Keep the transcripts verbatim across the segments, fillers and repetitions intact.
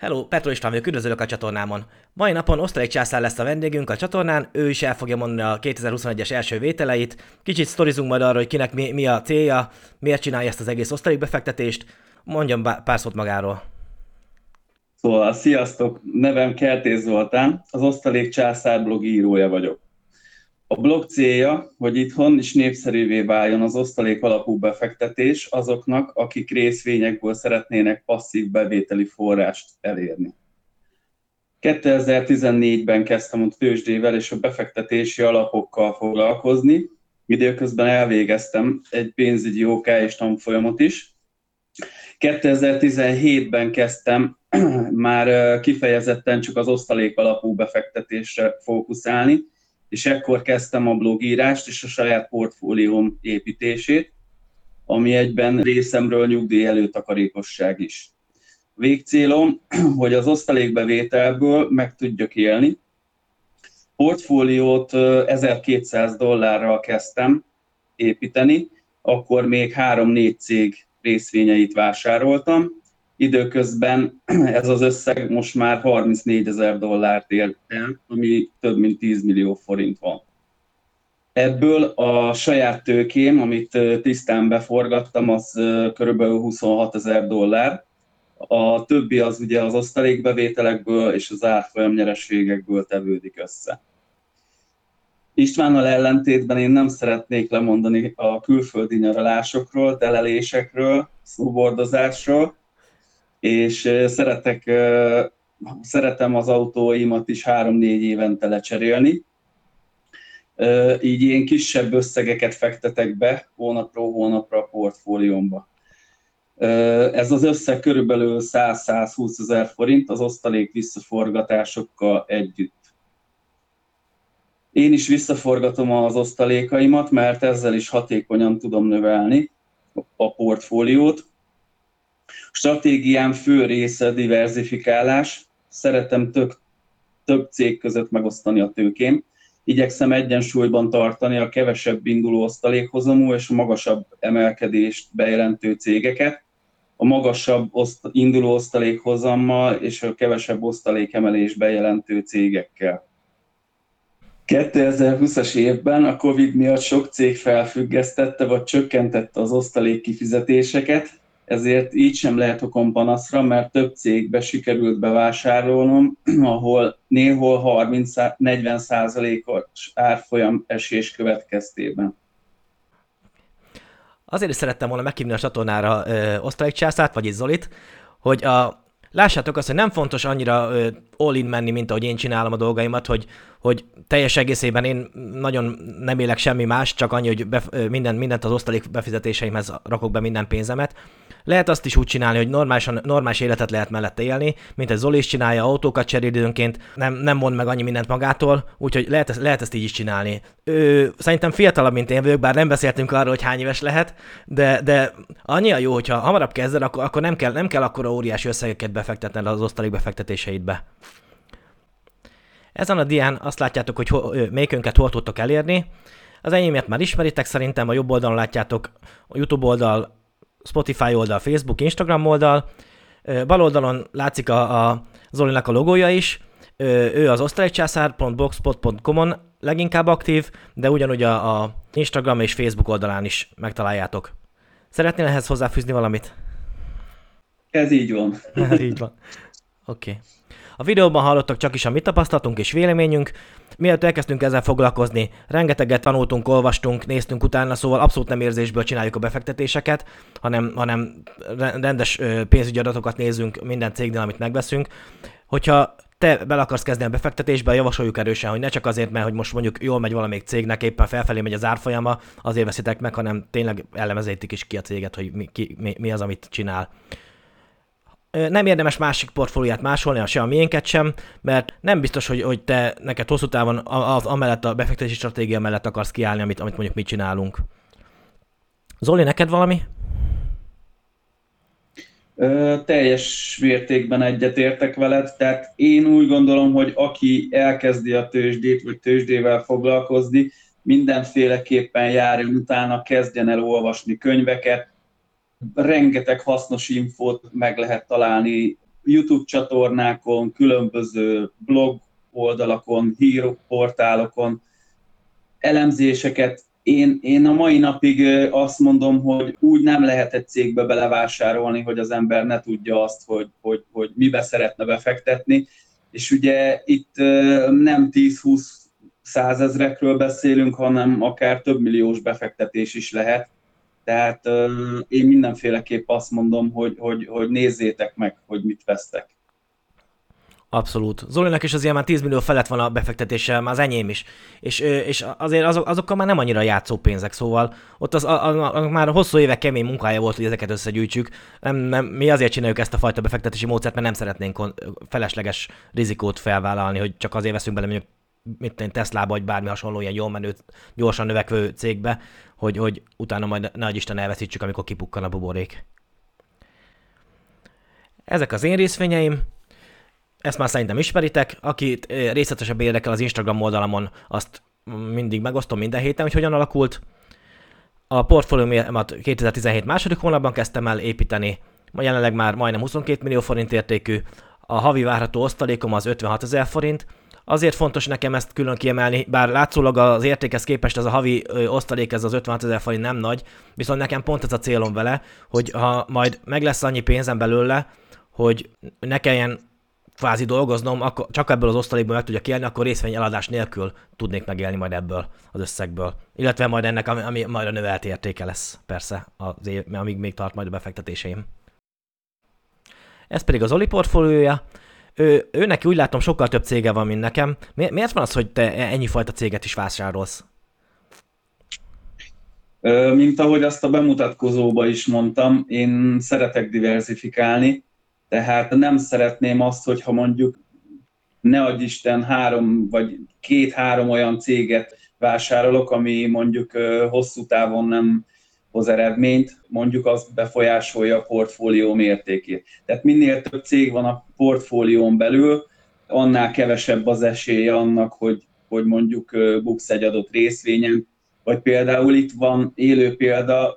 Hello, Petro István vagyok, üdvözlök a csatornámon. Mai napon Osztalék Császár lesz a vendégünk a csatornán, ő is el fogja mondani a kétezer-huszonegyes első vételeit. Kicsit sztorizunk majd arról, hogy kinek mi, mi a célja, miért csinálja ezt az egész osztalékbefektetést. Mondjon bá- pár szót magáról. Szóval, sziasztok! Nevem Kertész Zoltán, az Osztalék Császár blog írója vagyok. A blog célja, hogy itthon is népszerűvé váljon az osztalék alapú befektetés azoknak, akik részvényekből szeretnének passzív bevételi forrást elérni. kétezer-tizennégyben kezdtem a tőzsdével és a befektetési alapokkal foglalkozni, időközben elvégeztem egy pénzügyi ó ká és tanfolyamot is. kétezer-tizenhétben kezdtem már kifejezetten csak az osztalék alapú befektetésre fókuszálni, és ekkor kezdtem a blogírást és a saját portfólióm építését, ami egyben részemről nyugdíj előtakarékosság is. Végcélom, hogy az osztalékbevételből meg tudjak élni. Portfóliót ezerkétszáz dollárral kezdtem építeni, akkor még három-négy cég részvényeit vásároltam. Időközben ez az összeg most már harmincnégyezer dollárt ért el, ami több mint tíz millió forint van. Ebből a saját tőkém, amit tisztán beforgattam, az kb. huszonhatezer dollár. A többi az ugye az osztalékbevételekből és az árfolyam nyereségekből tevődik össze. Istvánnal ellentétben én nem szeretnék lemondani a külföldi nyaralásokról, telelésekről, snowboardozásról, és szeretek, szeretem az autóimat is három-négy évente lecserélni. Így én kisebb összegeket fektetek be hónapról hónapra a portfóliómba. Ez az összeg körülbelül száz-százhúsz ezer forint az osztalék visszaforgatásokkal együtt. Én is visszaforgatom az osztalékaimat, mert ezzel is hatékonyan tudom növelni a portfóliót. A stratégiám fő része diverzifikálás. Szeretem több, több cég között megosztani a tőkém. Igyekszem egyensúlyban tartani a kevesebb induló osztalékhozamú és a magasabb emelkedést bejelentő cégeket, a magasabb oszt- induló osztalékhozammal és a kevesebb osztalékemelés bejelentő cégekkel. kétezer-húszas évben a Covid miatt sok cég felfüggesztette vagy csökkentette az osztalék kifizetéseket, ezért így sem lehet okom panaszra, mert több cégbe sikerült bevásárolnom, ahol néhol harminc-negyven százalékos árfolyam esés következtében. Azért is szerettem volna meghívni a csatornára ö, Osztalék Császárt, vagyis Zolit, hogy a lássátok azt, hogy nem fontos annyira ö, all-in menni, mint ahogy én csinálom a dolgaimat, hogy, hogy teljes egészében én nagyon nem élek semmi más, csak annyi, hogy bef, ö, minden, mindent az osztalék befizetéseimhez rakok be minden pénzemet. Lehet azt is úgy csinálni, hogy normálisan, normális életet lehet mellette élni, mint egy Zoli is csinálja, autókat cserél időnként, nem, nem mond meg annyi mindent magától, úgyhogy lehet, ezt- lehet ezt így is csinálni. Ő szerintem fiatalabb, mint én vagyok, bár nem beszéltünk arról, hogy hány éves lehet, de, de annyi a jó, hogyha hamarabb kezded, akkor, akkor nem kell, nem kell akkora óriási összegeket befektetned az osztalék befektetéseidbe. Ezen a dián azt látjátok, hogy ho, ö, melyikünket hol tudtok elérni. Az enyémet már ismeritek szerintem, a jobb oldalon látjátok a YouTube oldal, Spotify oldal, Facebook, Instagram oldal. Ö, Bal oldalon látszik a, a Zolinak a logója is. Ö, Ő az osztalékcsászár pont blogspot pont com-on leginkább aktív, de ugyanúgy a, a Instagram és Facebook oldalán is megtaláljátok. Szeretnél ehhez hozzáfűzni valamit? Ez így van. Így van. Oké. Okay. A videóban hallottak csak is a mi tapasztalatunk és véleményünk. Mielőtt elkezdtünk ezzel foglalkozni, rengeteget tanultunk, olvastunk, néztünk utána, szóval abszolút nem érzésből csináljuk a befektetéseket, hanem, hanem rendes ö, pénzügyi adatokat nézzünk minden cégnél, amit megveszünk. Hogyha te bele akarsz kezdeni a befektetésbe, javasoljuk erősen, hogy ne csak azért, mert hogy most mondjuk jól megy valamelyik cégnek, éppen felfelé megy az árfolyama, azért veszitek meg, hanem tényleg elemezétik is ki a céget, hogy mi, ki, mi, mi az, amit csinál. Nem érdemes másik portfólióját másolni, se a miénket sem, mert nem biztos, hogy, hogy te neked hosszú távon az amellett a befektetési stratégia mellett akarsz kiállni, amit, amit mondjuk mi csinálunk. Zoli, neked valami? Ö, teljes mértékben egyetértek veled, tehát én úgy gondolom, hogy aki elkezdi a tőzsdét, vagy tőzsdével foglalkozni, mindenféleképpen járjon utána, kezdjen el olvasni könyveket, rengeteg hasznos infót meg lehet találni YouTube csatornákon, különböző blog oldalakon, hírportálokon elemzéseket. Én, én a mai napig azt mondom, hogy úgy nem lehet egy cégbe belevásárolni, hogy az ember ne tudja azt, hogy, hogy, hogy mibe szeretne befektetni. És ugye itt nem tíz-húsz százezrekről beszélünk, hanem akár több milliós befektetés is lehet. Tehát én mindenféleképp azt mondom, hogy, hogy, hogy nézzétek meg, hogy mit vesztek. Abszolút. Zolinak is azért már tíz millió felett van a befektetése, már az enyém is. És, és azért azok, azokkal már nem annyira játszó pénzek, szóval ott az, az, az, az már hosszú évek kemény munkája volt, hogy ezeket összegyűjtsük. Nem, nem, mi azért csináljuk ezt a fajta befektetési módszert, mert nem szeretnénk felesleges rizikót felvállalni, hogy csak azért veszünk bele mondjuk mit tenni, Teslába, vagy bármi hasonló ilyen jól menő, gyorsan növekvő cégbe, hogy, hogy utána majd nagy Isten elveszítsük, amikor kipukkan a buborék. Ezek az én részvényeim. Ezt már szerintem ismeritek. Akit részletesebb érdekel az Instagram oldalamon, azt mindig megosztom minden héten, hogy hogyan alakult. A portfóliómat kétezer-tizenhét második hónapban kezdtem el építeni, jelenleg már majdnem huszonkét millió forint értékű. A havi várható osztalékom az ötvenhat ezer forint. Azért fontos nekem ezt külön kiemelni, bár látszólag az értékhez képest ez a havi osztalék, ez az ötvenhat ezer forint nem nagy, viszont nekem pont ez a célom vele, hogy ha majd meg lesz annyi pénzem belőle, hogy ne kelljen kvázi dolgoznom, akkor csak ebből az osztalékból meg tudjak élni, akkor részvény eladás nélkül tudnék megélni majd ebből az összegből. Illetve majd ennek, ami, ami majd a növelt értéke lesz, persze, az év, amíg még tart majd a befektetéseim. Ez pedig az Oli portfóliója. Ő, ő neki úgy látom sokkal több cége van, mint nekem. Mi, miért van az, hogy te ennyi fajta céget is vásárolsz? Mint ahogy azt a bemutatkozóba is mondtam, én szeretek diversifikálni, tehát nem szeretném azt, hogyha mondjuk ne adj Isten három vagy két-három olyan céget vásárolok, ami mondjuk hosszú távon nem hoz eredményt, mondjuk az befolyásolja a portfólió mértékét. Tehát minél több cég van a portfólión belül, annál kevesebb az esélye annak, hogy, hogy mondjuk buksz egy adott részvényen. Vagy például itt van élő példa,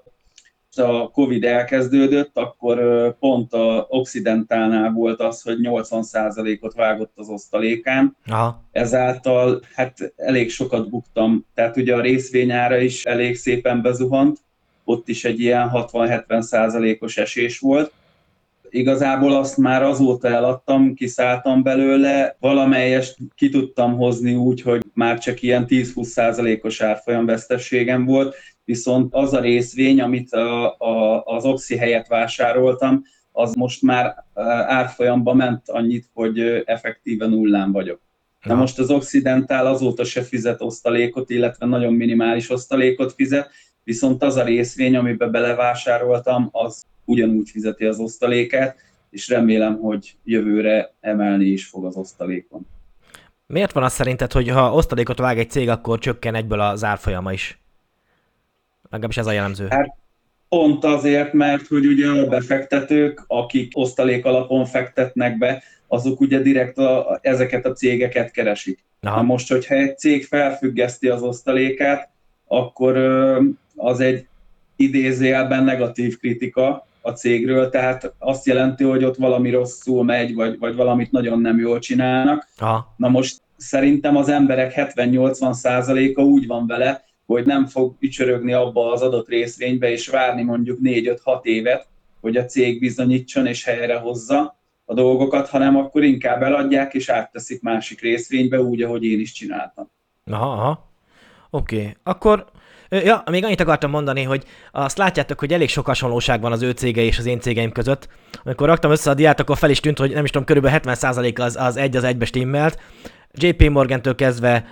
a Covid elkezdődött, akkor pont a Occidentálnál volt az, hogy nyolcvan százalékot vágott az osztalékán. Aha. Ezáltal hát elég sokat buktam. Tehát ugye a részvényára is elég szépen bezuhant, ott is egy ilyen hatvan-hetven százalékos esés volt. Igazából azt már azóta eladtam, kiszálltam belőle, valamelyest ki tudtam hozni úgy, hogy már csak ilyen tíz-húsz százalékos árfolyamveszteségem volt, viszont az a részvény, amit a, a, az Oxy helyett vásároltam, az most már árfolyamba ment annyit, hogy effektíven nullán vagyok. Na Ja. most az Occidental azóta se fizet osztalékot, illetve nagyon minimális osztalékot fizet, viszont az a részvény, amiben belevásároltam, az ugyanúgy fizeti az osztalékát, és remélem, hogy jövőre emelni is fog az osztalékon. Miért van az szerinted, hogy ha osztalékot vág egy cég, akkor csökken egyből az árfolyama is? Legalábbis ez a jellemző. Hát pont azért, mert hogy ugye a befektetők, akik osztalék alapon fektetnek be, azok ugye direkt a, ezeket a cégeket keresik. Aha. Na most, hogyha egy cég felfüggeszti az osztalékát, akkor az egy idézőjelben negatív kritika a cégről, tehát azt jelenti, hogy ott valami rosszul megy, vagy, vagy valamit nagyon nem jól csinálnak. Aha. Na most szerintem az emberek hetven-nyolcvan százaléka úgy van vele, hogy nem fog ücsörögni abba az adott részvénybe, és várni mondjuk négy-öt-hat évet, hogy a cég bizonyítson és helyrehozza a dolgokat, hanem akkor inkább eladják és átteszik másik részvénybe, úgy, ahogy én is csináltam. Aha, aha. Oké, okay. Akkor, ja, még annyit akartam mondani, hogy azt látjátok, hogy elég sok hasonlóság van az ő cége és az én cégeim között. Amikor raktam össze a diát, akkor fel is tűnt, hogy nem is tudom, körülbelül hetven százalék az, az egy az egybe stimmelt. jé pé Morgantől kezdve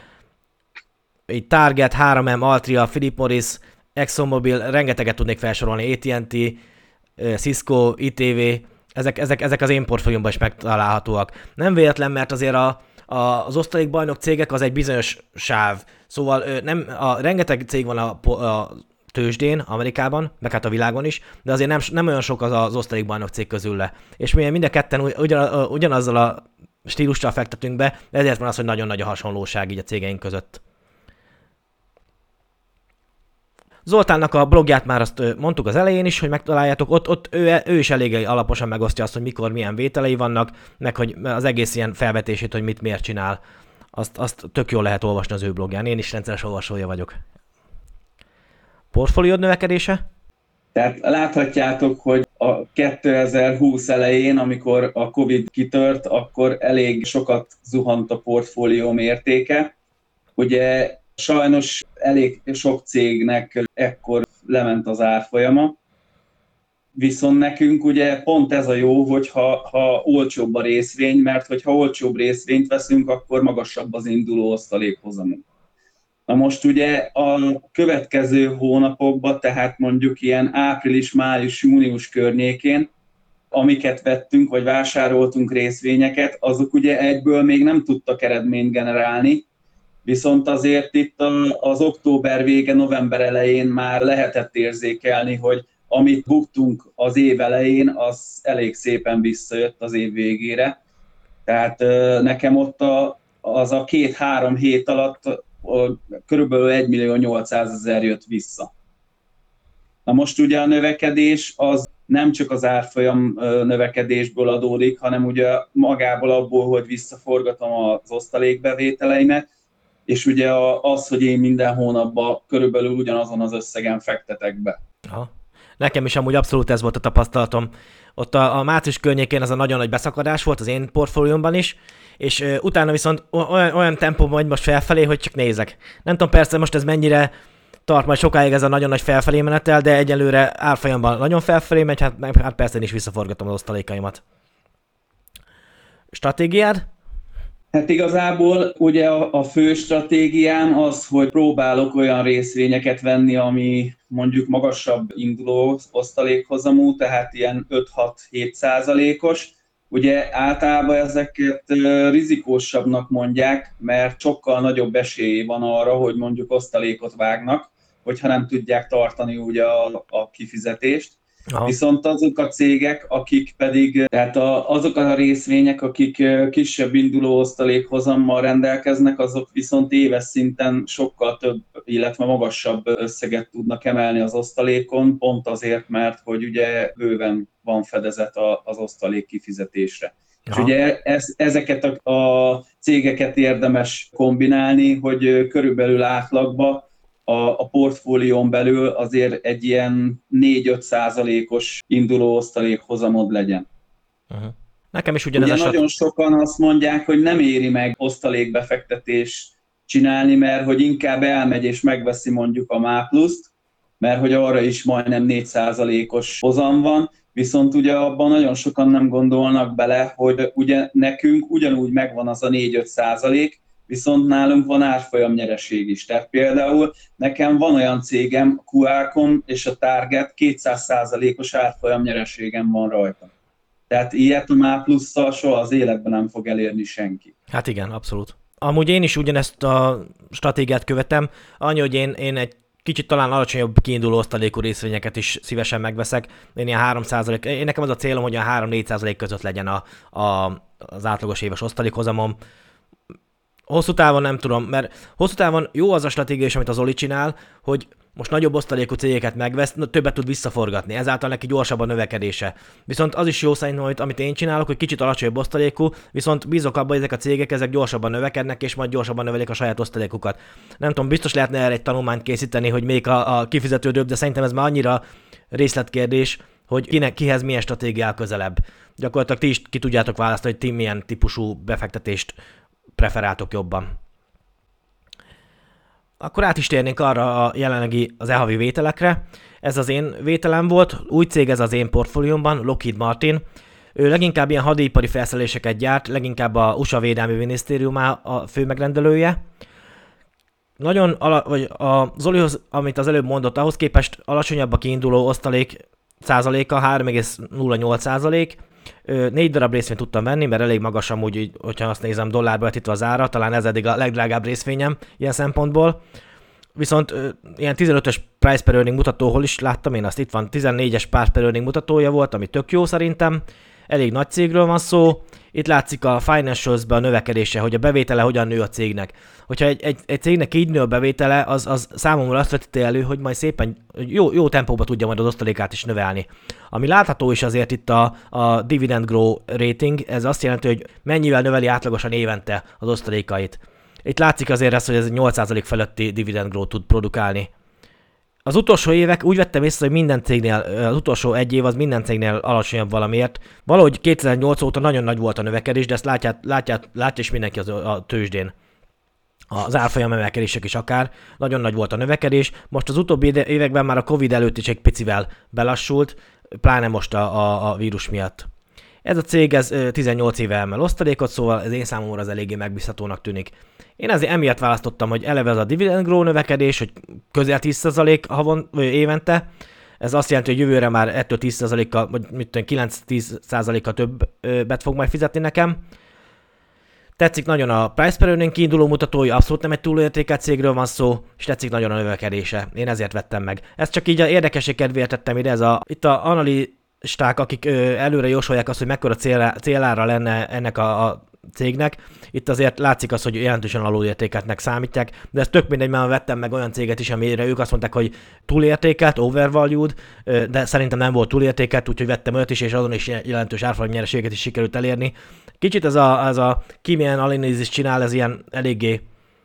így Target, három em, Altria, Philip Morris, ExxonMobil, rengeteget tudnék felsorolni, á té and té, Cisco, i té vé, ezek, ezek, ezek az én portfóliómban is megtalálhatóak. Nem véletlen, mert azért a, a, az osztalékbajnok cégek az egy bizonyos sáv. Szóval nem, a, rengeteg cég van a, a tőzsdén, Amerikában, meg hát a világon is, de azért nem, nem olyan sok az az osztalékbajnok cég közül le. És mi mind a ketten ugyan, ugyanazzal a stílussal fektetünk be, de ezért van az, hogy nagyon nagy a hasonlóság így a cégeink között. Zoltánnak a blogját már azt mondtuk az elején is, hogy megtaláljátok, ott, ott ő, ő is elég alaposan megosztja azt, hogy mikor milyen vételei vannak, meg hogy az egész ilyen felvetését, hogy mit miért csinál. Azt, azt tök jól lehet olvasni az ő blogján. Én is rendszeres olvasója vagyok. Portfóliód növekedése? Tehát láthatjátok, hogy a kétezer-húsz elején, amikor a Covid kitört, akkor elég sokat zuhant a portfólióm értéke. Ugye sajnos elég sok cégnek ekkor lement az árfolyama, viszont nekünk ugye pont ez a jó, hogyha ha olcsóbb a részvény, mert hogyha olcsóbb részvényt veszünk, akkor magasabb az induló osztalékhozamunk. Na most ugye a következő hónapokban, tehát mondjuk ilyen április, május, június környékén, amiket vettünk, vagy vásároltunk részvényeket, azok ugye egyből még nem tudtak eredményt generálni, viszont azért itt az október vége, november elején már lehetett érzékelni, hogy amit buktunk az év elején, az elég szépen visszajött az év végére. Tehát nekem ott a, az a két-három hét alatt körülbelül egymillió-nyolcszázezer jött vissza. Na most ugye a növekedés az nem csak az árfolyam növekedésből adódik, hanem ugye magából abból, hogy visszaforgatom az osztalékbevételeimet, és ugye az, hogy én minden hónapban körülbelül ugyanazon az összegen fektetek be. Aha. Nekem is amúgy abszolút ez volt a tapasztalatom. Ott a, a március környékén az a nagyon nagy beszakadás volt az én portfóliómban is, és uh, utána viszont olyan, olyan tempóban megy most felfelé, hogy csak nézek. Nem tudom persze most ez mennyire tart majd sokáig ez a nagyon nagy felfelé menetel, de egyelőre árfolyamban nagyon felfelé megy, hát, hát persze én is visszaforgatom az osztalékaimat. Stratégiád? Hát igazából ugye a, a fő stratégiám az, hogy próbálok olyan részvényeket venni, ami mondjuk magasabb induló osztalékhozamú, tehát ilyen öt-hat-hét százalékos. Ugye általában ezeket rizikósabbnak mondják, mert sokkal nagyobb esély van arra, hogy mondjuk osztalékot vágnak, hogyha nem tudják tartani ugye a, a kifizetést. Aha. Viszont azok a cégek, akik pedig, tehát a, azok a részvények, akik kisebb induló osztalékhozammal rendelkeznek, azok viszont éves szinten sokkal több, illetve magasabb összeget tudnak emelni az osztalékon, pont azért, mert hogy ugye bőven van fedezet az osztalék kifizetésre. Aha. És ugye ez, ezeket a, a cégeket érdemes kombinálni, hogy körülbelül átlagban a, a portfólión belül azért egy ilyen négy-öt százalékos induló osztalékhozamod legyen. Uh-huh. Nekem is ugyanez Ugye a nagyon sokan azt mondják, hogy nem éri meg osztalékbefektetést csinálni, mert hogy inkább elmegy és megveszi mondjuk a MÁPLUS-t, mert hogy arra is majdnem négy százalékos hozam van, viszont ugye abban nagyon sokan nem gondolnak bele, hogy ugye nekünk ugyanúgy megvan az a négy-öt százalék, viszont nálunk van árfolyamnyereség is. Tehát például nekem van olyan cégem, a Qualcomm és a Target kétszáz százalékos árfolyamnyereségem van rajta. Tehát ilyet a MÁPLUS-szal soha az életben nem fog elérni senki. Hát igen, abszolút. Amúgy én is ugyanezt a stratégiát követem, annyi, hogy én, én egy kicsit talán alacsonyabb kiinduló osztalékú részvényeket is szívesen megveszek. Én ilyen három százalék, én nekem az a célom, hogy a három-négy százalék között legyen a, a, az átlagos éves osztalékhozamom. Hosszú távon nem tudom, mert hosszú távon jó az a stratégia is, amit az Oli csinál, hogy most nagyobb osztalékú cégeket megvesz, többet tud visszaforgatni, ezáltal neki gyorsabb a növekedése. Viszont az is jó szerintem, amit én csinálok, hogy kicsit alacsonyabb osztalékú, viszont bízok abban, hogy ezek a cégek ezek gyorsabban növekednek, és majd gyorsabban növelik a saját osztalékukat. Nem tudom, biztos lehetne erre egy tanulmányt készíteni, hogy még a, a kifizetődőbb, de szerintem ez már annyira részletkérdés, hogy kinek, kihez milyen stratégia közelebb. Gyakorlatilag ti is ki tudjátok választani, hogy ti milyen típusú befektetést preferáltok jobban. Akkor át is térnénk arra a jelenlegi az e-havi vételekre. Ez az én vételem volt, új cég ez az én portfóliómban, Lockheed Martin. Ő leginkább ilyen hadipari felszereléseket gyárt, leginkább a u es á Védelmi Minisztériumá a fő megrendelője. Nagyon, ala, vagy a Zolihoz, amit az előbb mondott, ahhoz képest alacsonyabb a kiinduló osztalék százaléka, három egész nulla nyolc százalék. Négy darab részvényt tudtam venni, mert elég magas amúgy, hogyha azt nézem, dollárba vetítve az ára, talán ez eddig a legdrágább részvényem ilyen szempontból. Viszont ilyen tizenötös price per earning mutatóhol is láttam én azt, itt van tizennégyes price per earning mutatója volt, ami tök jó szerintem. elég nagy cégről van szó, itt látszik a financials-ben a növekedése, hogy a bevétele hogyan nő a cégnek. Hogyha egy, egy, egy cégnek így nő a bevétele, az, az számomra azt vetíti elő, hogy majd szépen jó, jó tempóba tudja majd az osztalékát is növelni. Ami látható is azért itt a, a dividend grow rating, ez azt jelenti, hogy mennyivel növeli átlagosan évente az osztalékait. Itt látszik azért ez, hogy ez nyolc százalék feletti dividend grow tud produkálni. Az utolsó évek úgy vettem észre, hogy minden cégnél, az utolsó egy év az minden cégnél alacsonyabb valamiért. Valahogy kétezer-nyolc óta nagyon nagy volt a növekedés, de ezt látját, látját, látja is mindenki az, a tőzsdén. Az árfolyam emelkedések is akár. Nagyon nagy volt a növekedés. Most az utóbbi években már a Covid előtt is egy picivel belassult, pláne most a, a, a vírus miatt. Ez a cég ez tizennyolc éve emel osztalékot, szóval ez én számomra az eléggé megbízhatónak tűnik. Én ezért emiatt választottam, hogy eleve ez a dividend grow növekedés, hogy közel tíz százalék havon, vagy évente. Ez azt jelenti, hogy jövőre már ettől tíz százalékkal, vagy mit tudom, kilenc-tíz százalékkal többet fog majd fizetni nekem. Tetszik nagyon a price per earning kiinduló mutatója, abszolút nem egy túlértékelt cégről van szó, és tetszik nagyon a növekedése. Én ezért vettem meg. Ezt csak így a érdekesség kedvéért tettem ide, ez a, itt a analisták, akik ö, előre jósolják azt, hogy mekkora cél, célára lenne ennek a, a cégnek. Itt azért látszik az, hogy jelentősen alulértékeltnek számítják, de ez tök mindegy, mert vettem meg olyan céget is, amire ők azt mondták, hogy túlértékelt, overvalued, de szerintem nem volt túlértékelt, úgyhogy vettem olyat is, és azon is jelentős árfolyam nyereséget is sikerült elérni. Kicsit ez a, ez a ki milyen analízis csinál, ez ilyen eléggé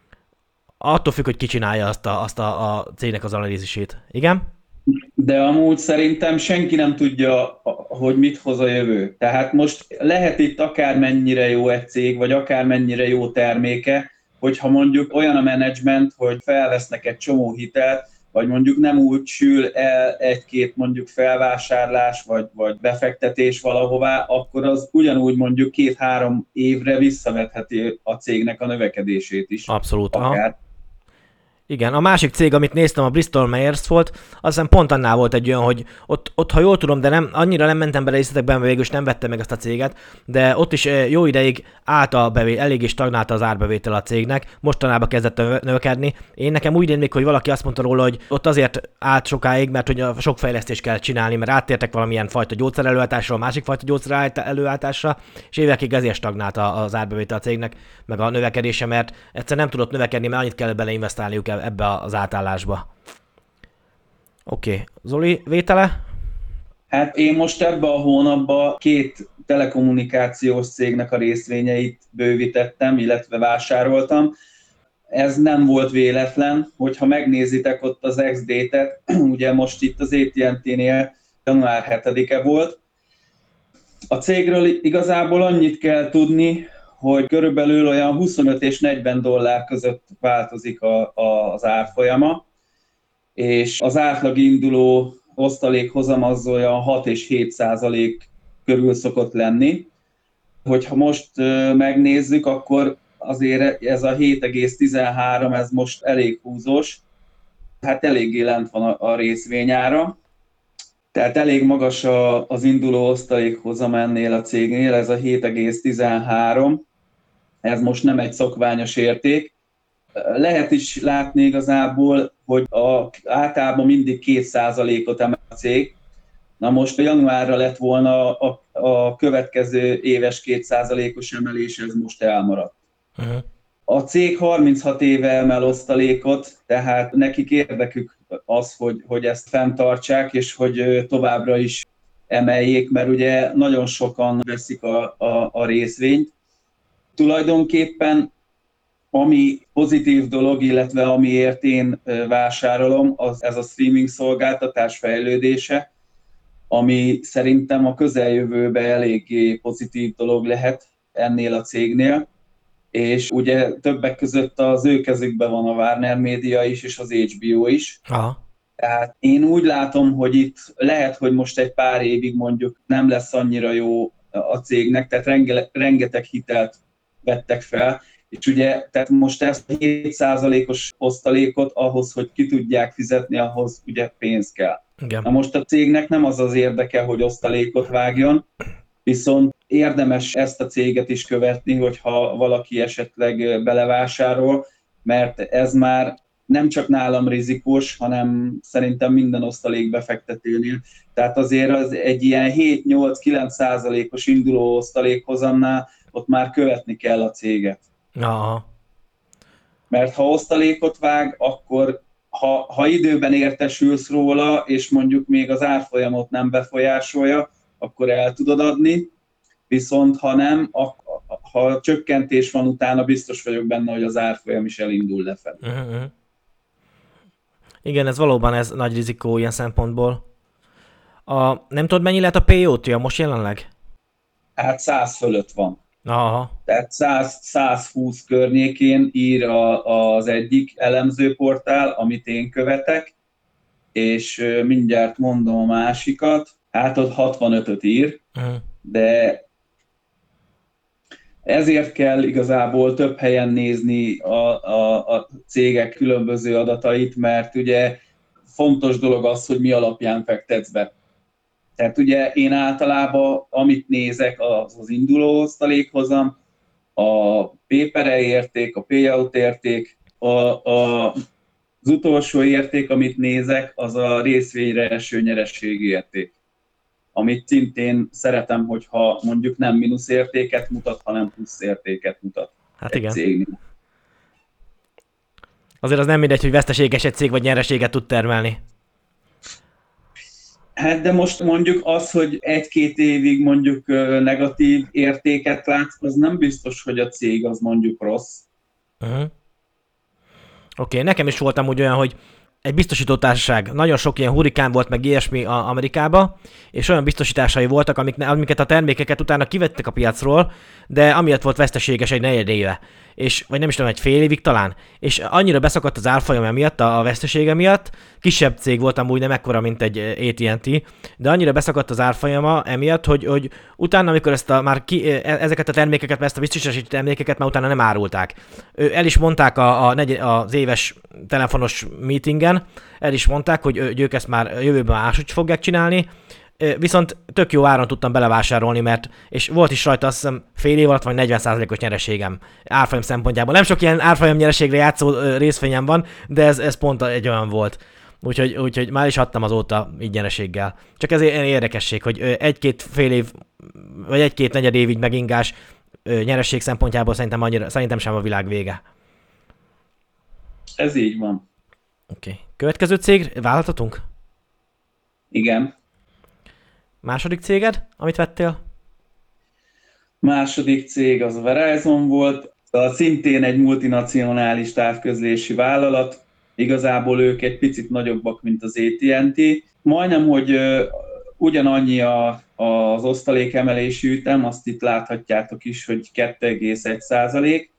attól függ, hogy ki csinálja azt a, azt a, a cégnek az analízisét. Igen? De amúgy szerintem senki nem tudja, hogy mit hoz a jövő. Tehát most lehet itt akármennyire jó egy cég, vagy akármennyire jó terméke, hogyha mondjuk olyan a menedzsment, hogy felvesznek egy csomó hitelt, vagy mondjuk nem úgy sül el egy-két mondjuk felvásárlás, vagy, vagy befektetés valahová, akkor az ugyanúgy mondjuk két-három évre visszavetheti a cégnek a növekedését is. Abszolút. Akár. Igen, a másik cég, amit néztem, a Bristol Myers volt, azt hiszem pont annál volt egy olyan, hogy ott, ott ha jól tudom, de nem, annyira nem mentem bele részletekben, mert végül is nem vettem meg ezt a céget, de ott is jó ideig állt a bevétel, eléggé stagnálta az árbevétel a cégnek, mostanában kezdett növekedni. Én nekem úgy rémlik, hogy valaki azt mondta róla, hogy ott azért állt sokáig, mert hogy a sok fejlesztést kell csinálni, mert áttértek valamilyen fajta gyógyszer előállításra, másik fajta gyógyszer előállításra, és évekig ezért stagnált az árbevétel a cégnek, meg a növekedése, mert egyszer nem tudott növekedni, mert annyit kell beleinvestálniuk ebbe az átállásba. Oké. Okay. Zoli, vétele? Hát én most ebbe a hónapban két telekommunikációs cégnek a részvényeit bővítettem, illetve vásároltam. Ez nem volt véletlen, hogyha megnézitek ott az X D-t, ugye most itt az á té és té-nél január hetedike volt. A cégről igazából annyit kell tudni, hogy körülbelül olyan huszonöt és negyven dollár között változik a, a, az árfolyama, és az átlag induló osztalékhozam az olyan hat és hét százalék körül szokott lenni. Hogyha most megnézzük, akkor azért ez a hét egész tizenhárom, ez most elég húzós, hát eléggé lent van a, a részvényára. Tehát elég magas a, az induló osztalékhozam ennél a cégnél, ez a hét egész tizenhárom, ez most nem egy szokványos érték. Lehet is látni igazából, hogy a, általában mindig két százalékot emel a cég. Na most januárra lett volna a, a következő éves két százalékos emelés, ez most elmaradt. Uh-huh. A cég harminchat éve emel osztalékot, tehát nekik érdekük az, hogy, hogy ezt fenntartsák, és hogy továbbra is emeljék, mert ugye nagyon sokan veszik a, a, a részvényt. Tulajdonképpen ami pozitív dolog, illetve amiért én vásárolom, az ez a streaming szolgáltatás fejlődése, ami szerintem a közeljövőben eléggé pozitív dolog lehet ennél a cégnél, és ugye többek között az ő kezükben van a Warner Media is, és az há bé o is. Aha. Tehát én úgy látom, hogy itt lehet, hogy most egy pár évig mondjuk nem lesz annyira jó a cégnek, tehát renge, rengeteg hitelt vettek fel, és ugye, tehát most ezt a hét százalékos osztalékot ahhoz, hogy ki tudják fizetni, ahhoz ugye pénz kell. Igen. Na most a cégnek nem az az érdeke, hogy osztalékot vágjon, viszont érdemes ezt a céget is követni, hogyha valaki esetleg belevásárol, mert ez már nem csak nálam rizikós, hanem szerintem minden osztalékbefektetőnél. Tehát azért az egy ilyen hét-nyolc-kilenc százalékos induló osztalékhozamnál ott már követni kell a céget. Aha. Mert ha osztalékot vág, akkor ha, ha időben értesülsz róla, és mondjuk még az árfolyamot nem befolyásolja, akkor el tudod adni, viszont ha nem, a, ha csökkentés van utána, biztos vagyok benne, hogy az árfolyam is elindul lefelé. Uh-huh. Igen, ez valóban ez nagy rizikó ilyen szempontból. A, nem tudod, mennyi lehet a pé o té most jelenleg? Hát száz fölött van. Aha. Tehát száz-százhúsz környékén ír a, az egyik elemzőportál, amit én követek, és mindjárt mondom a másikat, hát ott hatvanötöt ír, uh-huh. de ezért kell igazából több helyen nézni a, a, a cégek különböző adatait, mert ugye fontos dolog az, hogy mi alapján fektetsz be. Tehát ugye én általában, amit nézek, az az induló osztalékhozam, a P/E érték, a payout érték, a, a, az utolsó érték, amit nézek, az a részvényre eső nyerességi érték. Amit szintén szeretem, hogyha mondjuk nem mínusz értéket mutat, hanem plusz értéket mutat. Hát igen. Cégnél. Azért az nem mindegy, hogy veszteséges egy cég vagy nyereséget tud termelni. Hát de most mondjuk az, hogy egy-két évig mondjuk negatív értéket látsz, az nem biztos, hogy a cég az mondjuk rossz. Uh-huh. Oké, okay, nekem is voltam úgy olyan, hogy egy biztosítótársaság, nagyon sok ilyen hurikán volt, meg ilyesmi a Amerikába, és olyan biztosításai voltak, amik, amiket a termékeket utána kivettek a piacról, de amiatt volt veszteséges egy negyed éve, és, vagy nem is tudom, egy fél évig talán, és annyira beszakadt az árfolyam emiatt, a vesztesége miatt, kisebb cég volt amúgy, nem ekkora, mint egy á té and té, de annyira beszakadt az árfolyama emiatt, hogy, hogy utána, amikor ezt a, már ki, ezeket a termékeket, ezt a biztosítási termékeket már utána nem árulták. El is mondták a, a negy, az éves telefonos meetingen, el is mondták, hogy, hogy ők ezt már jövőben máshogy fogják csinálni, viszont tök jó áron tudtam belevásárolni, mert, és volt is rajta azt hiszem fél év alatt vagy negyven százalékos nyereségem árfolyam szempontjából. Nem sok ilyen árfolyam nyereségre játszó részvényem van, de ez, ez pont egy olyan volt. Úgyhogy, úgyhogy már is adtam azóta így nyereséggel. Csak ez érdekesség, hogy egy-két fél év, vagy egy-két negyed évig megingás nyereség szempontjából szerintem, annyira, szerintem sem a világ vége. Ez így van. Oké. Okay. Következő cég, vállaltatunk? Igen. Második céged, amit vettél? Második cég az a Verizon volt, szintén egy multinacionális távközlési vállalat. Igazából ők egy picit nagyobbak, mint az á té and té. Majdnem, hogy ugyanannyi a, az osztalékemelési ütem, azt itt láthatjátok is, hogy kettő egész egy százalék.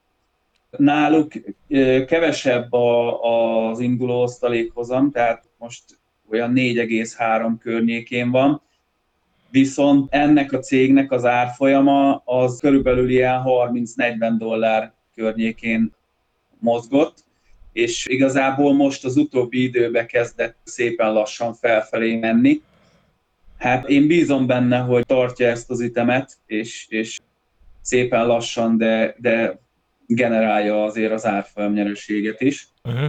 Náluk kevesebb a, az induló osztalékhozam, tehát most olyan négy egész három környékén van, viszont ennek a cégnek az árfolyama az körülbelül ilyen harminc-negyven dollár környékén mozgott, és igazából most az utóbbi időben kezdett szépen lassan felfelé menni. Hát én bízom benne, hogy tartja ezt az ütemet, és, és szépen lassan, de, de generálja azért az árfolyam nyereséget is. Uh-huh.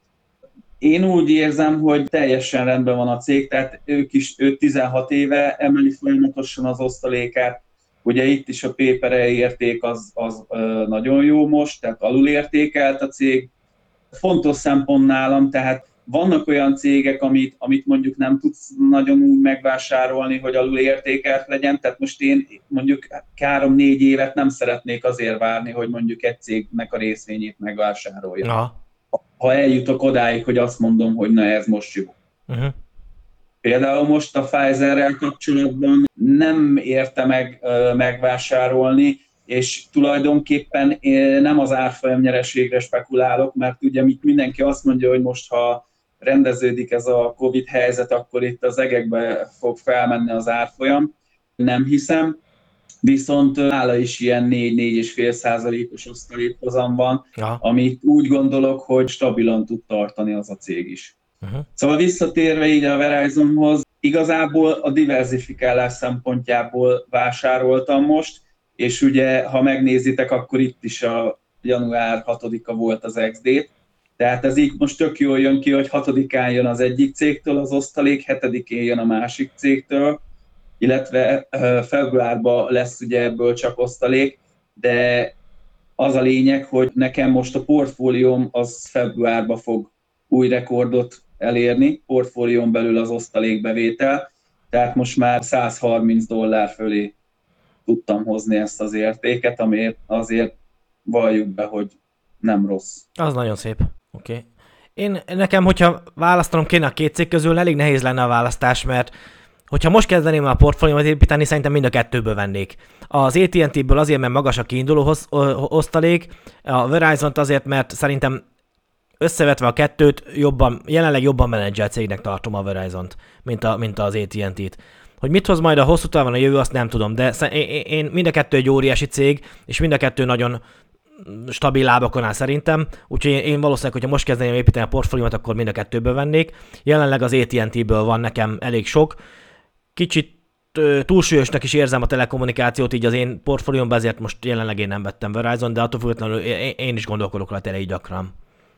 Én úgy érzem, hogy teljesen rendben van a cég, tehát ők is ő tizenhat éve emeli folyamatosan az osztalékát. Ugye itt is a P/E érték az, az nagyon jó most, tehát alulértékelt a cég. Fontos szempont nálam, tehát vannak olyan cégek, amit, amit mondjuk nem tudsz nagyon úgy megvásárolni, hogy alulértékelt legyen, tehát most én mondjuk három-négy évet nem szeretnék azért várni, hogy mondjuk egy cégnek a részvényét megvásároljam. Aha. Ha eljutok odáig, hogy azt mondom, hogy na ez most jó. Uh-huh. Például most a Pfizerrel kapcsolatban nem érte meg uh, megvásárolni, és tulajdonképpen nem az árfolyam nyereségre spekulálok, mert ugye mindenki azt mondja, hogy most ha rendeződik ez a Covid helyzet, akkor itt az egekbe fog felmenni az árfolyam. Nem hiszem. Viszont nála is ilyen négy-négy egész öt százalékos osztalékhozam van, ja. Amit úgy gondolok, hogy stabilan tud tartani az a cég is. Uh-huh. Szóval visszatérve így a Verizonhoz, igazából a diversifikálás szempontjából vásároltam most, és ugye, ha megnézitek, akkor itt is a január hatodika volt az ex dé. Tehát ez így most tök jól jön ki, hogy hatodikán jön az egyik cégtől az osztalék, hetedikén jön a másik cégtől, illetve februárban lesz ugye ebből csak osztalék, de az a lényeg, hogy nekem most a portfólióm az februárban fog új rekordot elérni, portfólión belül az osztalékbevétel, tehát most már száz harminc dollár fölé tudtam hozni ezt az értéket, amiért azért valljuk be, hogy nem rossz. Az nagyon szép. Oké. Okay. Én nekem, hogyha választanom kéne a két cég közül, elég nehéz lenne a választás, mert hogyha most kezdeném a portfóliómat építeni, szerintem mind a kettőből vennék. Az á té and té-ből azért, mert magas a kiinduló osztalék, a Verizont azért, mert szerintem összevetve a kettőt jobban, jelenleg jobban menedzselt cégnek tartom a Verizont, mint, a, mint az á té and té-t. Hogy mit hoz majd a hosszú távon a jövő, azt nem tudom, de én mind a kettő egy óriási cég, és mind a kettő nagyon stabil lábakon áll szerintem, úgyhogy én valószínűleg, hogyha most kezdeném építeni a portfóliómat, akkor mind a kettőből vennék. Jelenleg az á té and té-ből van nekem elég sok. Kicsit túlsúlyosnak is érzem a telekommunikációt így az én portfóliómban, ezért most jelenleg én nem vettem Verizon, de attól függetlenül én is gondolkodok rá elég gyakran.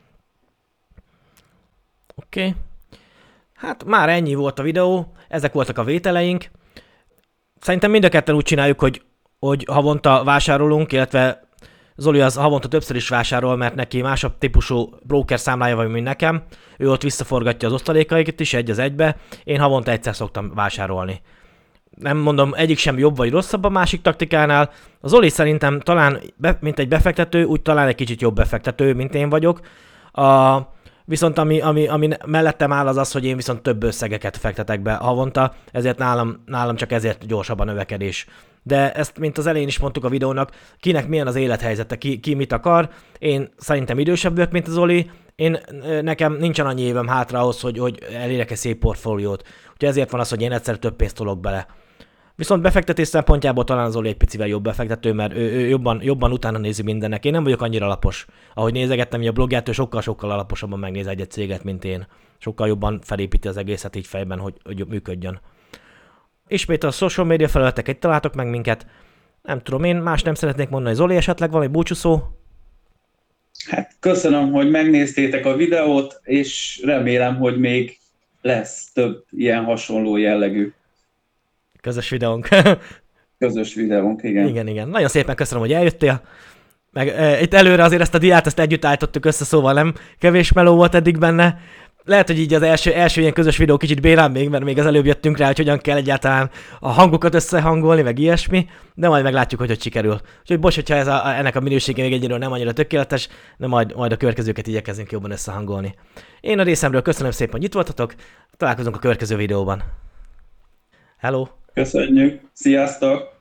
Oké. Okay. Hát már ennyi volt a videó, ezek voltak a vételeink. Szerintem mind a ketten úgy csináljuk, hogy, hogy havonta vásárolunk, illetve Zoli az havonta többször is vásárol, mert neki másabb típusú broker számlája van, mint nekem. Ő ott visszaforgatja az osztalékaikat is egy az egybe, én havonta egyszer szoktam vásárolni. Nem mondom, egyik sem jobb vagy rosszabb a másik taktikánál. Az Zoli szerintem talán, mint egy befektető, úgy talán egy kicsit jobb befektető, mint én vagyok. A Viszont ami, ami, ami mellettem áll az az, hogy én viszont több összegeket fektetek be havonta, ezért nálam, nálam csak ezért gyorsabb a növekedés. De ezt, mint az elején is mondtuk a videónak, kinek milyen az élethelyzete, ki, ki mit akar. Én szerintem idősebb vagyok, mint az Zoli, én, nekem nincsen annyi évem hátra ahhoz, hogy, hogy elérek egy szép portfóliót. Úgyhogy ezért van az, hogy én egyszer több pénzt tolok bele. Viszont befektetés szempontjából talán az Zoli egy picivel jobb befektető, mert ő, ő jobban, jobban utána nézi mindennek. Én nem vagyok annyira alapos. Ahogy nézegettem, hogy a blogját, ő sokkal-sokkal alaposabban megnéz egy céget, mint én. Sokkal jobban felépíti az egészet így fejben, hogy, hogy működjön. Ismét a social media felületeket találtok meg minket. Nem tudom, én más nem szeretnék mondani. Zoli, esetleg valami búcsúszó? Hát köszönöm, hogy megnéztétek a videót, és remélem, hogy még lesz több ilyen hasonló jellegű közös videónk. közös videónk, igen. Igen, igen. Nagyon szépen köszönöm, hogy eljöttél. Meg e, itt előre azért ezt a diát, ezt együtt állítottuk össze, szóval nem kevés meló volt eddig benne. Lehet, hogy így az első, első ilyen közös videó kicsit bérám még, mert még az előbb jöttünk rá, hogy hogyan kell egyáltalán a hangokat összehangolni, meg ilyesmi, de majd meglátjuk, hogy hogy sikerül. Úgyhogy bocs, hogyha ez a, ennek a minősége még egyről nem annyira tökéletes, de majd, majd a következőket igyekezünk jobban összehangolni. Én a részemről köszönöm szépen, hogy itt voltatok, találkozunk a következő videóban. Hello! Köszönjük! Sziasztok!